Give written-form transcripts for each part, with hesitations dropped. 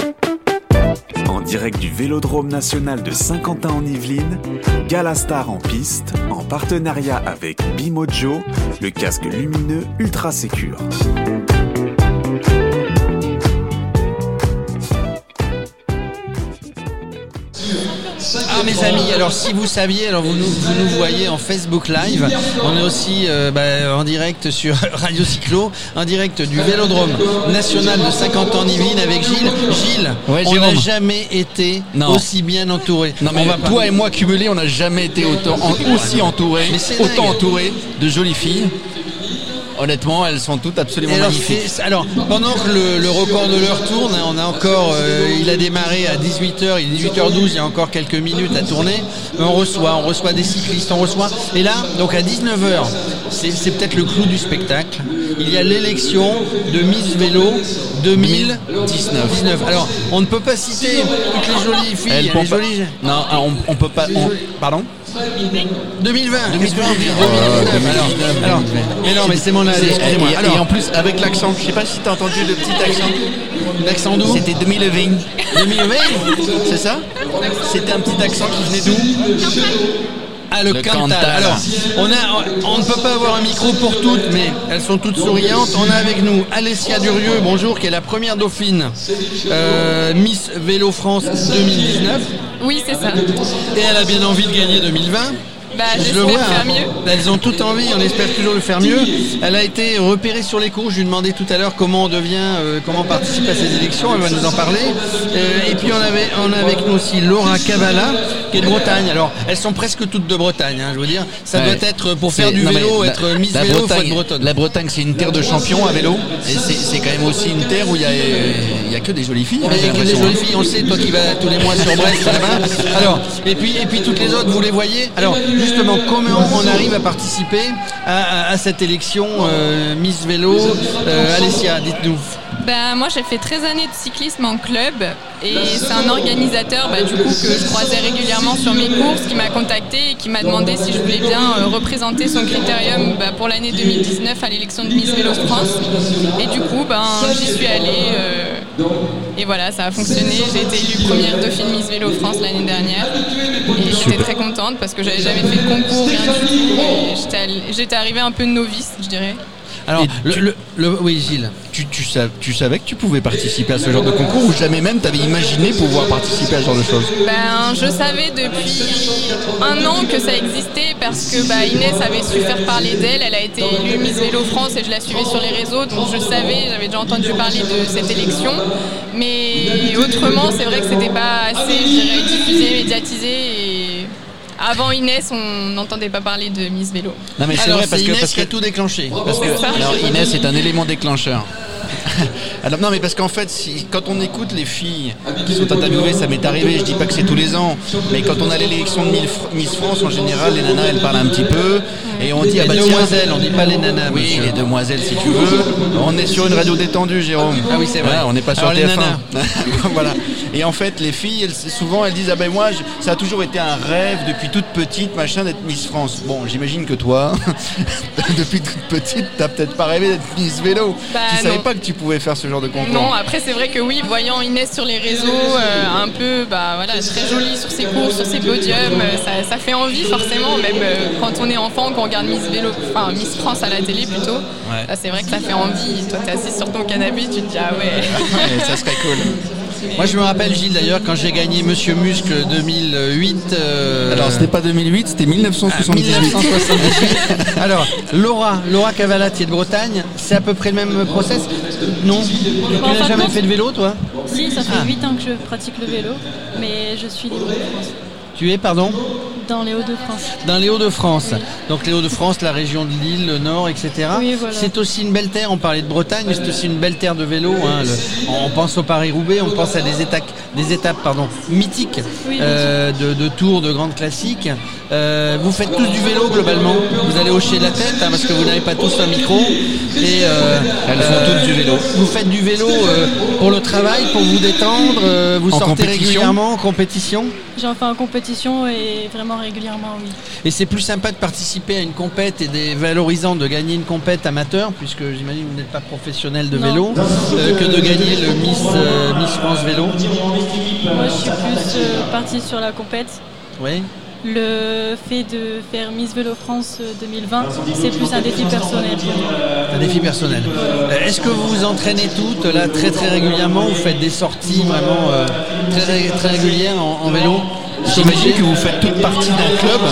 En direct du Vélodrome national de Saint-Quentin en Yvelines, Galastar en piste, en partenariat avec Bimojo, le casque lumineux ultra sécure. Ah mes amis, alors si vous saviez, alors vous nous voyez en Facebook Live, on est aussi en direct sur Radio Cyclo, en direct du Vélodrome national de Saint-Quentin en Yvelines avec Gilles. Gilles, ouais, on n'a jamais été aussi bien entouré. Non mais toi et moi cumulés, on n'a jamais été aussi entourés, autant entourés de jolies filles. Honnêtement, elles sont toutes absolument magnifiques. Alors, pendant que le record de l'heure tourne, on a encore, il a démarré à 18h, il est 18h12, il y a encore quelques minutes à tourner. Mais on reçoit des cyclistes, et là, donc à 19h, c'est peut-être le clou du spectacle. Il y a l'élection de Miss Vélo 2019. Alors, on ne peut pas citer toutes les jolies filles. Non, on peut pas. Pardon ? 2020. Alors, mais non, mais c'est mon avis. Excusez-moi. Et en plus, avec l'accent, je sais pas si t'as entendu le petit accent. L'accent d'où ? C'était 2020. 2020 ? C'est ça ? C'était un petit accent qui venait d'où ? Ah, le Cantal. Alors, on ne peut pas avoir un micro pour toutes, mais elles sont toutes souriantes. On a avec nous Alessia Durieux, bonjour, qui est la première dauphine Miss Vélo France 2019. Oui, c'est ça. Et elle a bien envie de gagner 2020. J'espère faire mieux. Elles ont toutes envie, on espère toujours le faire mieux. Elle a été repérée sur les courses. Je lui demandais tout à l'heure comment on devient, comment on participe à ces élections. Elle va nous en parler. Et puis on a avec nous aussi Laura Cavala, qui est de Bretagne. Alors elles sont presque toutes de Bretagne, je veux dire. Ça doit être pour faire du vélo, être Miss Vélo, faut être bretonne. La Bretagne, c'est une terre de champions à vélo. Et c'est quand même aussi une terre où il y a que des jolies filles. Il y a que des jolies filles, on le sait, toi qui vas tous les mois sur Brest là-bas. Alors, et puis toutes les autres, vous les voyez. Alors, justement, comment on arrive à participer à cette élection Miss Vélo Alessia, dites-nous. Moi j'ai fait 13 années de cyclisme en club et c'est un organisateur du coup que je croisais régulièrement sur mes courses qui m'a contacté et qui m'a demandé si je voulais bien représenter son critérium pour l'année 2019 à l'élection de Miss Vélo France. Et du coup j'y suis allée et voilà, ça a fonctionné. J'ai été élue première dauphine Miss Vélo France l'année dernière et j'étais très contente parce que j'avais jamais fait de concours, rien du tout, et j'étais arrivée un peu novice, je dirais. Alors, oui, Gilles. Tu savais que tu pouvais participer à ce genre de concours ou jamais même t'avais imaginé pouvoir participer à ce genre de choses ? Je savais depuis un an que ça existait parce que Inès avait su faire parler d'elle. Elle a été élue Miss Vélo France et je la suivais sur les réseaux, donc je savais, j'avais déjà entendu parler de cette élection. Mais autrement, c'est vrai que c'était pas assez, je dirais, diffusé, médiatisé et... Avant Inès, on n'entendait pas parler de Miss Vélo. Non mais c'est vrai parce que tout déclenché. Alors Inès est un élément déclencheur. Alors non mais parce qu'en fait quand on écoute les filles qui sont interviewées, ça m'est arrivé, je dis pas que c'est tous les ans, mais quand on a l'élection de Miss France en général, les nanas elles parlent un petit peu et on dit les demoiselles, on dit pas les nanas. Oui, monsieur. Les demoiselles si tu veux. On est sur une radio détendue, Jérôme. Ah oui c'est vrai. On n'est pas sur TF1. Voilà. Et en fait les filles souvent elles disent moi ça a toujours été un rêve depuis toute petite d'être Miss France. Bon j'imagine que toi depuis toute petite t'as peut-être pas rêvé d'être Miss Vélo. Tu savais pas que tu pouvais faire ce genre de concours. Non, après c'est vrai que oui, voyant Inès sur les réseaux, un peu très jolie sur ses courses, sur ses podiums, ça fait envie forcément, même quand on est enfant, qu'on regarde Miss France à la télé plutôt. Ouais. C'est vrai que ça fait envie. Toi t'es assis sur ton canapé, tu te dis ah ouais. Ça serait cool. Moi je me rappelle Gilles d'ailleurs quand j'ai gagné Monsieur Muscle 2008. Alors c'était pas 2008, c'était 1978. Alors Laura Cavala, tu es de Bretagne, c'est à peu près le même process. Non, tu n'as jamais fait de vélo toi ? Si, ça fait 8 ans que je pratique le vélo, mais je suis libre de France. Tu es, pardon ? Dans les Hauts-de-France. Dans les Hauts-de-France. Donc les Hauts-de-France, la région de Lille, le Nord, etc. Oui, voilà. C'est aussi une belle terre, on parlait de Bretagne, mais c'est aussi une belle terre de vélo. On pense au Paris-Roubaix, on pense à des étapes mythiques, oui, de tours, de grandes classiques. Vous faites tous du vélo globalement. Vous allez hocher la tête parce que vous n'avez pas tous un micro. Et elles font toutes du vélo. Vous faites du vélo pour le travail, pour vous détendre. Vous sortez régulièrement en compétition. J'en fais en compétition et vraiment régulièrement, oui. Et c'est plus sympa de participer à une compète et des valorisants de gagner une compète amateur, puisque j'imagine que vous n'êtes pas professionnel de vélo, que de gagner le Miss France Vélo. partie sur la compète. Oui. Le fait de faire Miss Vélo France 2020, c'est plus un défi personnel. Un défi personnel. Est-ce que vous vous entraînez toutes là très très régulièrement? Vous faites des sorties vraiment très régulières en vélo? J'imagine que vous faites toute partie d'un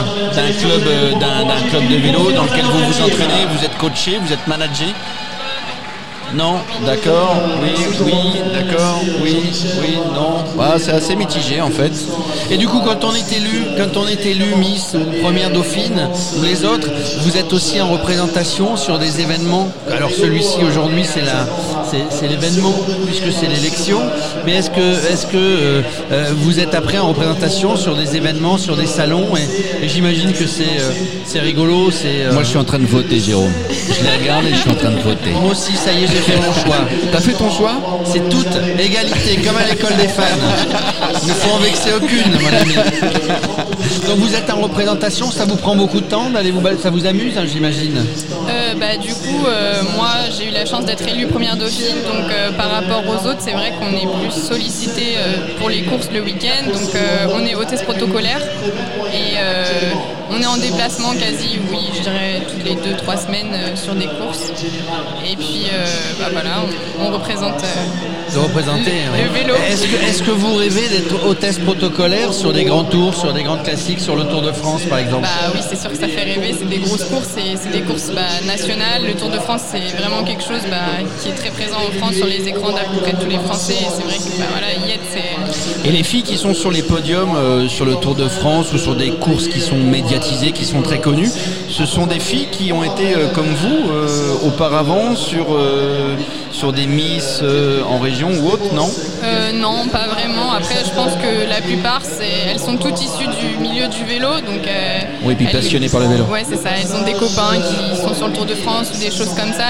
club de vélo dans lequel vous vous entraînez, vous êtes coaché, vous êtes managé. Non, d'accord, oui, d'accord, oui, non. Bah, c'est assez mitigé en fait. Et du coup, quand on est élu Miss ou première dauphine ou les autres, vous êtes aussi en représentation sur des événements. Alors celui-ci aujourd'hui, c'est l'événement puisque c'est l'élection. Mais est-ce que vous êtes après en représentation sur des événements, sur des salons et j'imagine que c'est rigolo. Moi, je suis en train de voter, Jérôme. Je les regarde et je suis en train de voter. Moi aussi, ça y est, j'ai fait mon choix. T'as fait ton choix? C'est toute égalité, comme à l'école des fans. Il ne faut en vexer aucune, mon ami. Donc vous êtes en représentation, ça vous prend beaucoup de temps d'aller ça vous amuse, hein, j'imagine. Du coup, moi j'ai eu la chance d'être élue première dauphine, donc par rapport aux autres, c'est vrai qu'on est plus sollicité pour les courses le week-end, donc on est hôtesse protocolaire et on est en déplacement quasi, oui, je dirais toutes les 2-3 semaines sur des courses. Et puis voilà, on représente le vélo. Est-ce que vous rêvez d'être hôtesse protocolaire sur des grands tours, sur des grandes classiques, sur le Tour de France par exemple? Bah oui, c'est sûr que ça fait rêver, c'est des grosses courses, c'est des courses nationales. Le Tour de France, c'est vraiment quelque chose qui est très présent en France sur les écrans d'à peu près tous les Français. Et c'est vrai que y être, c'est... Et les filles qui sont sur les podiums sur le Tour de France ou sur des courses qui sont médiatisées, qui sont très connues, ce sont des filles qui ont été comme vous auparavant sur des Miss en région ou autre, non? Non, pas vraiment. Après, je pense que la plupart, elles sont toutes issues du milieu du vélo. Donc, oui, puis passionnées par le vélo. Ouais, c'est ça. Elles ont des copains qui sont sur le Tour de France ou des choses comme ça.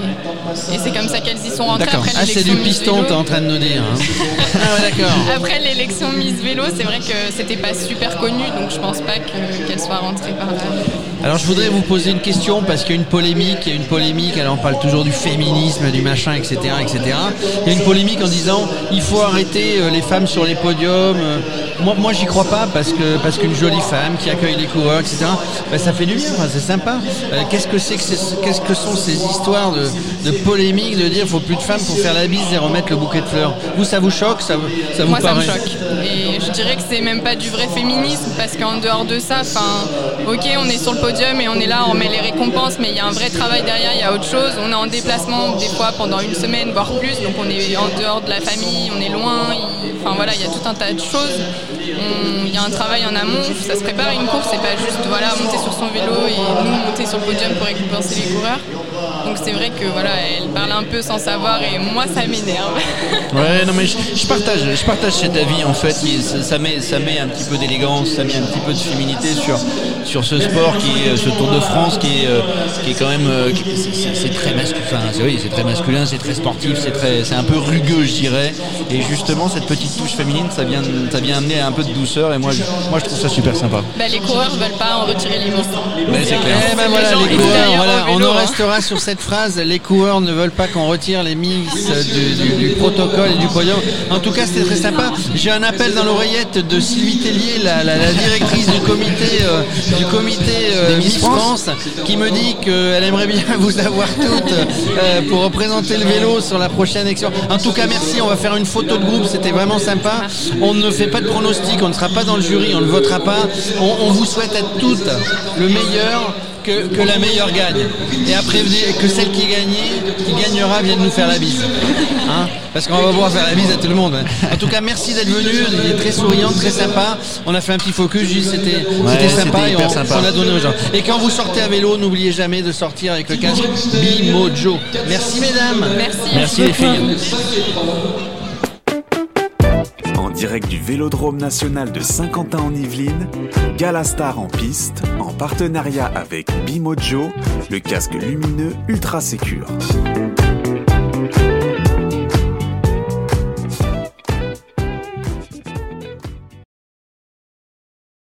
Et c'est comme ça qu'elles y sont rentrées. D'accord. Après, c'est du piston, t'es en train de nous dire. Hein. Ah ouais, d'accord. Après l'élection Miss Vélo, c'est vrai que c'était pas super connu. Donc, je pense pas qu'elle soit rentrée par là. Alors, je voudrais vous poser une question parce qu'il y a une polémique. Alors, on parle toujours du féminisme, du machin, etc., etc. Il y a une polémique en disant il faut arrêter les femmes sur les podiums. Moi, j'y crois pas parce qu'une jolie femme qui accueille les coureurs, etc. Ça fait du bien, c'est sympa. Qu'est-ce que sont ces histoires de polémique de dire faut plus de femmes pour faire la bise et remettre le bouquet de fleurs? Vous, ça vous choque, ça vous Moi, paraît? ça me choque. Et je dirais que c'est même pas du vrai féminisme parce qu'en dehors de ça, ok, on est sur le podium et on est là, on met les récompenses, mais il y a un vrai travail derrière, il y a autre chose. On est en déplacement des fois pendant une semaine, voire plus, donc on est en dehors de la famille, on est loin. Il y a tout un tas de choses. Il y a un travail en amont, ça se prépare une course, c'est pas juste monter sur son vélo et nous monter sur le podium pour récompenser les coureurs. Donc c'est vrai que elle parle un peu sans savoir et moi ça m'énerve. Ouais, non mais je partage cet avis en fait. Ça met un petit peu d'élégance, ça met un petit peu de féminité sur ce sport qui est ce Tour de France qui est quand même c'est très masculin. C'est très masculin, c'est très sportif, c'est un peu rugueux, je dirais. Et justement cette petite touche féminine, ça vient amener un peu de douceur et moi je trouve ça super sympa. Les coureurs veulent pas en retirer les miss. C'est clair. Les coureurs, on en restera sur cette phrase, les coureurs ne veulent pas qu'on retire les miss du protocole et du podium. En tout cas, c'était très sympa. J'ai un appel dans l'oreillette de Sylvie Tellier, la directrice du comité Miss France, qui me dit qu'elle aimerait bien vous avoir toutes pour représenter le vélo sur la prochaine élection. En tout cas, merci. On va faire une photo de groupe. C'était vraiment sympa. On ne fait pas de pronostic. On ne sera pas dans le jury. On ne votera pas. On vous souhaite à toutes le meilleur. Que la meilleure gagne. Et après, que celle qui gagnera vienne nous faire la bise. Hein, parce qu'on va pouvoir faire la bise à tout le monde. En tout cas, merci d'être venu. Il est très souriant, très sympa. On a fait un petit focus, c'était sympa et on a donné aux gens. Et quand vous sortez à vélo, n'oubliez jamais de sortir avec le casque Bimojo. Merci mesdames. Merci les filles. En direct du Vélodrome national de Saint-Quentin en Yvelines, Galastar en piste, en partenariat avec Bimojo, le casque lumineux ultra sécure.